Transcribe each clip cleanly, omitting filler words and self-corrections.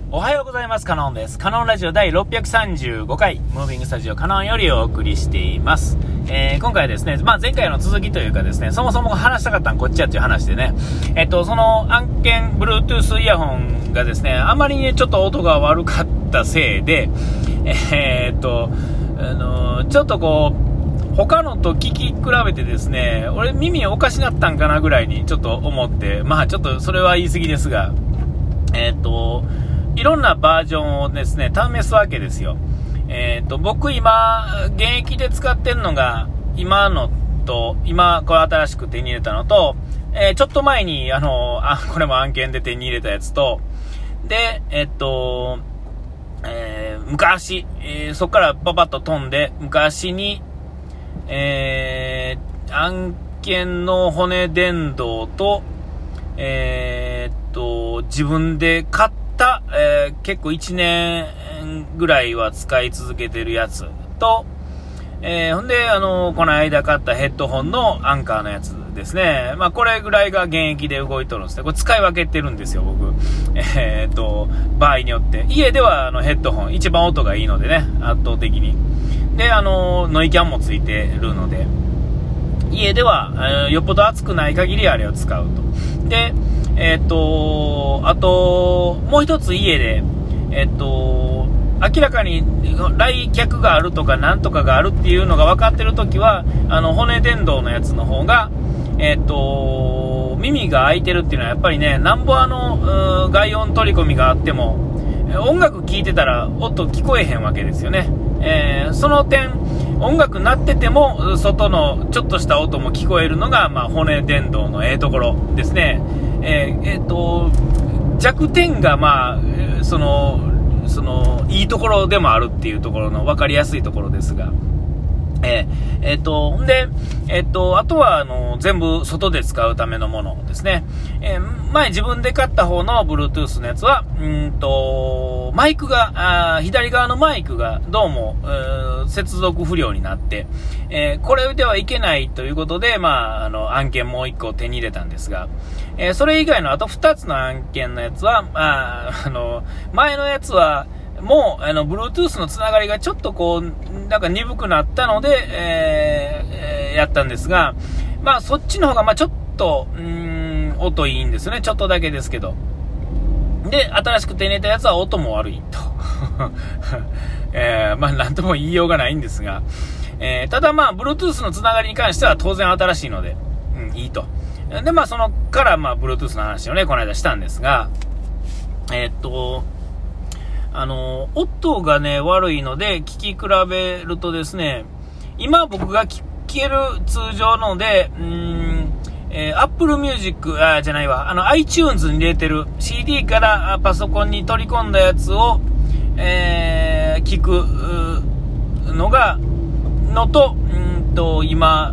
おはようございます。カノンです。カノンラジオ第635回ムービングスタジオカノンよりお送りしています。今回はですね、前回の続きというかですね、そもそも話したかったのこっちやっていう話でね、その案件 Bluetooth イヤホンがですね、あまりにちょっと音が悪かったせいで、ちょっとこう他のと聞き比べてですね、俺耳おかしなったんかなぐらいにちょっと思って、ちょっとそれは言い過ぎですが、いろんなバージョンをですね試すわけですよ。僕今現役で使ってるのが今これ新しく手に入れたのと、ちょっと前にこれも案件で手に入れたやつとで昔、そこからパパッと飛んで昔に案件の骨伝導と自分で買った結構1年ぐらいは使い続けてるやつと、ほんでこの間買ったヘッドホンのアンカーのやつですね。これぐらいが現役で動いとるんですね。これ使い分けてるんですよ僕。場合によって家ではヘッドホン一番音がいいのでね、圧倒的にでノイキャンもついてるので家ではよっぽど暑くない限りあれを使うと。であともう一つ家で明らかに来客があるとかなんとかがあるっていうのが分かってるときは骨伝導のやつの方が耳が開いてるっていうのはやっぱりね、なんぼ外音取り込みがあっても音楽聴いてたら音聞こえへんわけですよね。その点音楽鳴ってても外のちょっとした音も聞こえるのが、骨伝導のところですね。弱点がそのいいところでもあるっていうところの分かりやすいところですが、であとは全部外で使うためのものですね。前自分で買った方の Bluetooth のやつはマイクが左側のマイクがどうも接続不良になって、これではいけないということで、案件もう1個手に入れたんですが、それ以外のあと2つの案件のやつは、前のやつはもうBluetooth のつながりがちょっとこうなんか鈍くなったので、やったんですが、そっちの方がちょっと音いいんですよね。ちょっとだけですけど。で新しく手に入れたやつは音も悪いとなんとも言いようがないんですが、ただBluetooth のつながりに関しては当然新しいので、いいと。でそのからBluetooth の話をねこの間したんですが、音がね悪いので聞き比べるとですね、今僕が聞ける通常のでApple Music じゃないわ、iTunes に入れてる CD からパソコンに取り込んだやつを、聞くのと今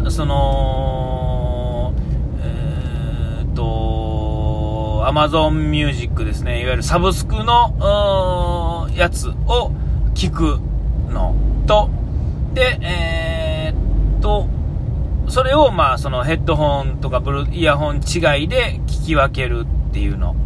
Amazon Music ですね、いわゆるサブスクのやつを聞くのとでそれをそのヘッドホンとかイヤホン違いで聞き分けるっていうの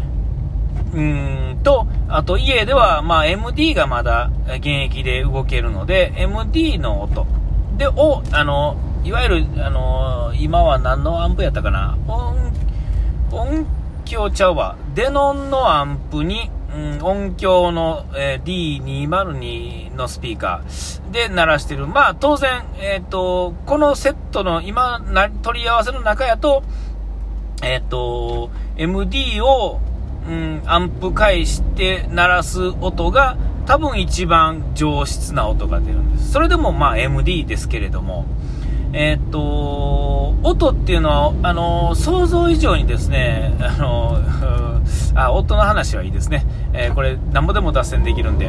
と、あと家ではMD がまだ現役で動けるので MD の音でいわゆる今は何のアンプやったかな、音響ちゃうわ、デノンのアンプに、音響の、D202 のスピーカーで鳴らしてる。当然、このセットの今取り合わせの中やと、MD を、アンプ返して鳴らす音が多分一番上質な音が出るんです。それでもMD ですけれども、音っていうのは想像以上にですね、音の話はいいですね。これ何ぼでも脱線できるんで、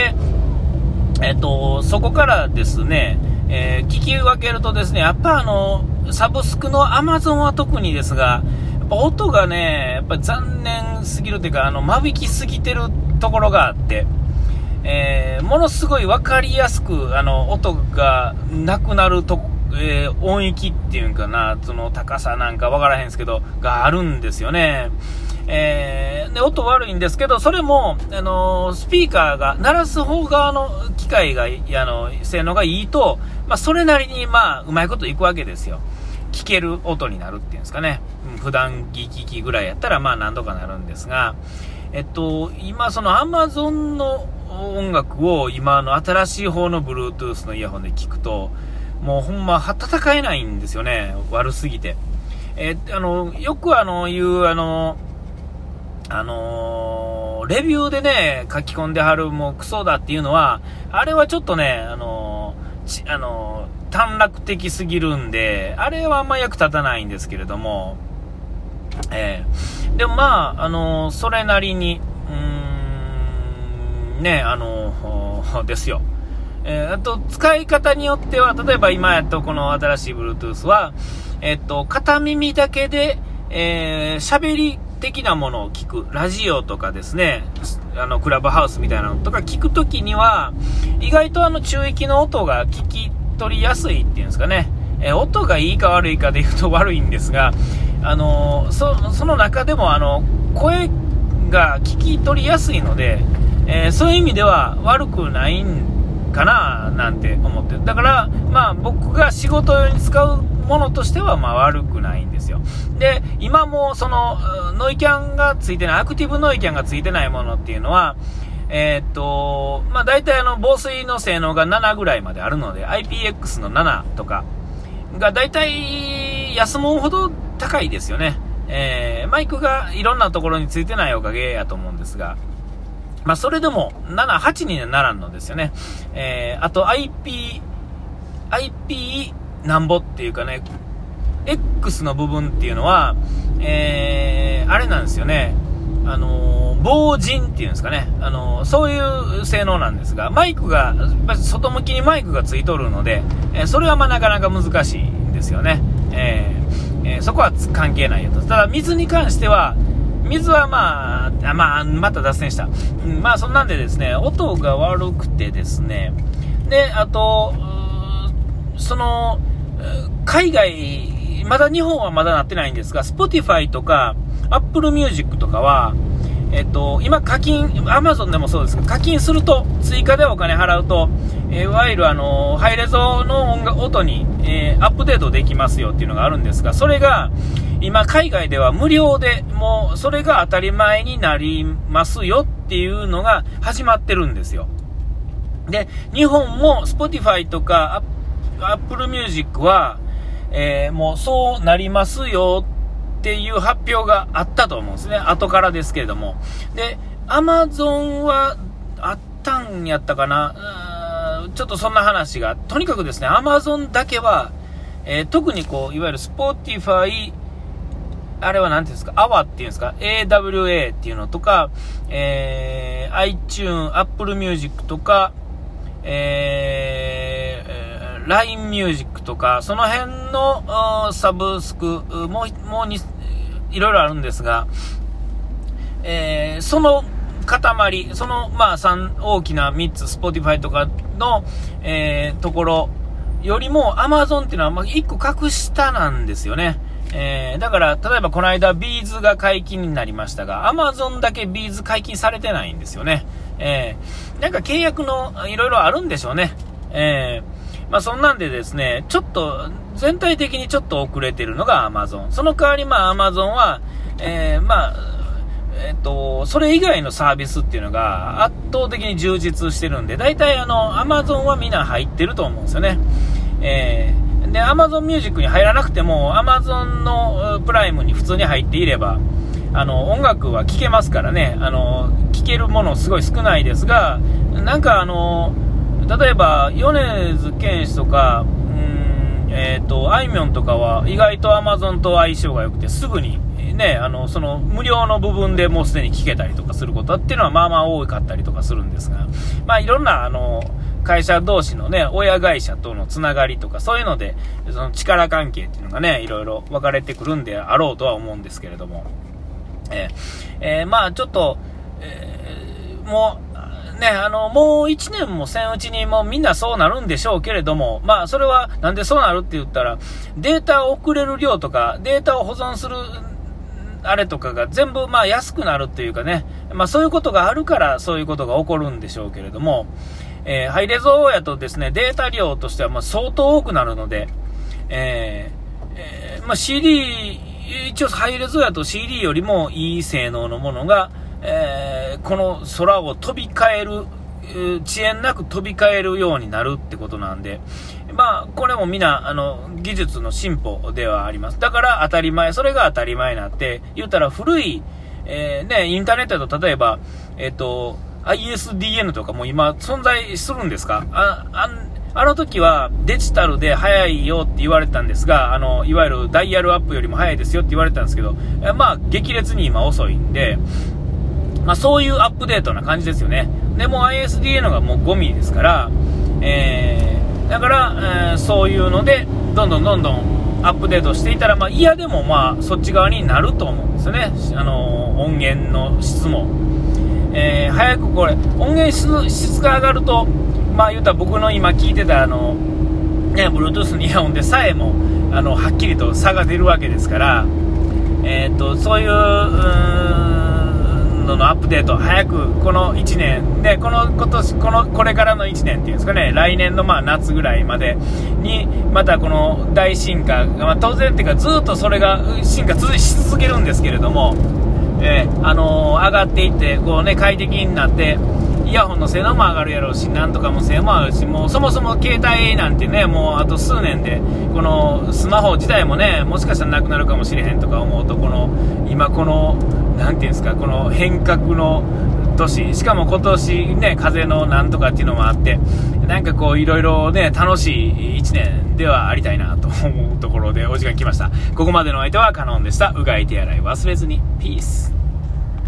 そこからですね、聞き分けるとですね、やっぱサブスクの Amazon は特にですが、やっぱ音がねやっぱ残念すぎるというか間引きすぎてるところがあって、ものすごい分かりやすく音がなくなると音域っていうかな、その高さなんか分からへんすけどがあるんですよね。 で、音悪いんですけど、それも、スピーカーが、鳴らす方側の機械が、性能がいいと、それなりに、うまいこといくわけですよ。聞ける音になるっていうんですかね。普段聞きぐらいやったら、何度かなるんですが、今、その Amazon の音楽を、今の新しい方の Bluetooth のイヤホンで聞くと、もうほんま、戦えないんですよね。悪すぎて。よく言う、レビューでね、書き込んではるもうクソだっていうのは、あれはちょっとね、短絡的すぎるんで、あれはあんま役立たないんですけれども、でもそれなりに、ですよ。あと、使い方によっては、例えば今やっとこの新しい Bluetooth は、片耳だけで、喋り的なものを聞く。ラジオとかですね、クラブハウスみたいなのとか聞くときには、意外と中域の音が聞き取りやすいっていうんですかね。音がいいか悪いかで言うと悪いんですが、その中でも声が聞き取りやすいので、そういう意味では悪くないんかななんて思ってる。だから僕が仕事用に使うものとしては悪くないんですよ。で、今もそのノイキャンがついてない、アクティブノイキャンがついてないものっていうのは、大体防水の性能が7ぐらいまであるので、IPX の7とかが大体安物ほど高いですよね。マイクがいろんなところについてないおかげやと思うんですが、それでも7、8にはならんのですよね。あと IP なんぼっていうかね、X の部分っていうのは、あれなんですよね。防塵っていうんですかね。そういう性能なんですが、マイクが、外向きにマイクがついとるので、それはなかなか難しいんですよね。そこは関係ないよと。ただ水に関しては、水はまた脱線した。そんなんでですね、音が悪くてですね、で、あと、海外、まだ日本はまだなってないんですが、Spotify とか Apple Music とかは、今課金、Amazon でもそうですけど、課金すると、追加でお金払うと、いわゆるハイレゾの音に、アップデートできますよっていうのがあるんですが、それが、今海外では無料で、もうそれが当たり前になりますよっていうのが始まってるんですよ。で、日本も Spotify とか Apple Music は、もうそうなりますよっていう発表があったと思うんですね。後からですけれども。で、Amazon はあったんやったかな。ちょっとそんな話が。とにかくですね、Amazon だけは、特にいわゆる Spotify、あれは何ていうんですか、AWA っていうんですか、AWA っていうのとか、iTunes、Apple Music とか、LINE Music とか、その辺のサブスクもいろいろあるんですが、その塊、その大きな3つ、Spotify とかの、ところよりも Amazon っていうのは1個格下なんですよね。だから例えばこの間ビーズが解禁になりましたが、 Amazon だけビーズ解禁されてないんですよね。なんか契約のいろいろあるんでしょうね。そんなんでですね、ちょっと全体的にちょっと遅れてるのが Amazon。その代わりAmazon は、それ以外のサービスっていうのが圧倒的に充実してるんで、大体Amazon はみんな入ってると思うんですよね。で、Amazon Music に入らなくても Amazon のプライムに普通に入っていれば音楽は聴けますからね。聴けるものすごい少ないですが、なんか例えば米津玄師とかあいみょんとかは意外と Amazon と相性が良くて、すぐにね、その無料の部分でもうすでに聴けたりとかすることっていうのは多かったりとかするんですが、いろんな会社同士のね、親会社とのつながりとか、そういうのでその力関係っていうのがね、いろいろ分かれてくるんであろうとは思うんですけれども、ちょっと、もうね、もう1年もせんうちにもうみんなそうなるんでしょうけれども、それはなんでそうなるって言ったら、データを送れる量とかデータを保存するあれとかが全部安くなるっていうかね、そういうことがあるからそういうことが起こるんでしょうけれども、ハイレゾやとですね、データ量としては相当多くなるので、CD、一応ハイレゾやと CD よりもいい性能のものが、この空を飛び交える、遅延なく飛び交えるようになるってことなんで、これもみんな技術の進歩ではあります。だから当たり前、それが当たり前になって、言ったら古い、インターネットだと例えば、ISDN とかも今存在するんですか？あの時はデジタルで早いよって言われたんですが、いわゆるダイヤルアップよりも早いですよって言われたんですけど、激烈に今遅いんで、そういうアップデートな感じですよね。でも ISDN がもう5ミリですから、だから、そういうのでどんどんアップデートしていたら、嫌でもそっち側になると思うんですよね。音源の質も、早くこれ音源質が上がると、言うたら僕の今聞いてたBluetooth のイヤホンでさえもはっきりと差が出るわけですから、そういうのアップデート早くこの1年でこれからの1年っていうんですかね、来年の夏ぐらいまでにまたこの大進化が、当然っていうかずっとそれが進化し続けるんですけれども、上がっていって快適になって、イヤホンの性能も上がるやろうし、なんとかも性能も上がるし、もうそもそも携帯なんてね、もうあと数年でこのスマホ自体もね、もしかしたらなくなるかもしれへんとか思うと、今なんていうんですか、この変革の年、しかも今年ね、風のなんとかっていうのもあって、なんかいろいろね、楽しい1年ではありたいなと思うところでお時間来ました。ここまでの相手はカノンでした。うがい手洗い忘れずに。ピース。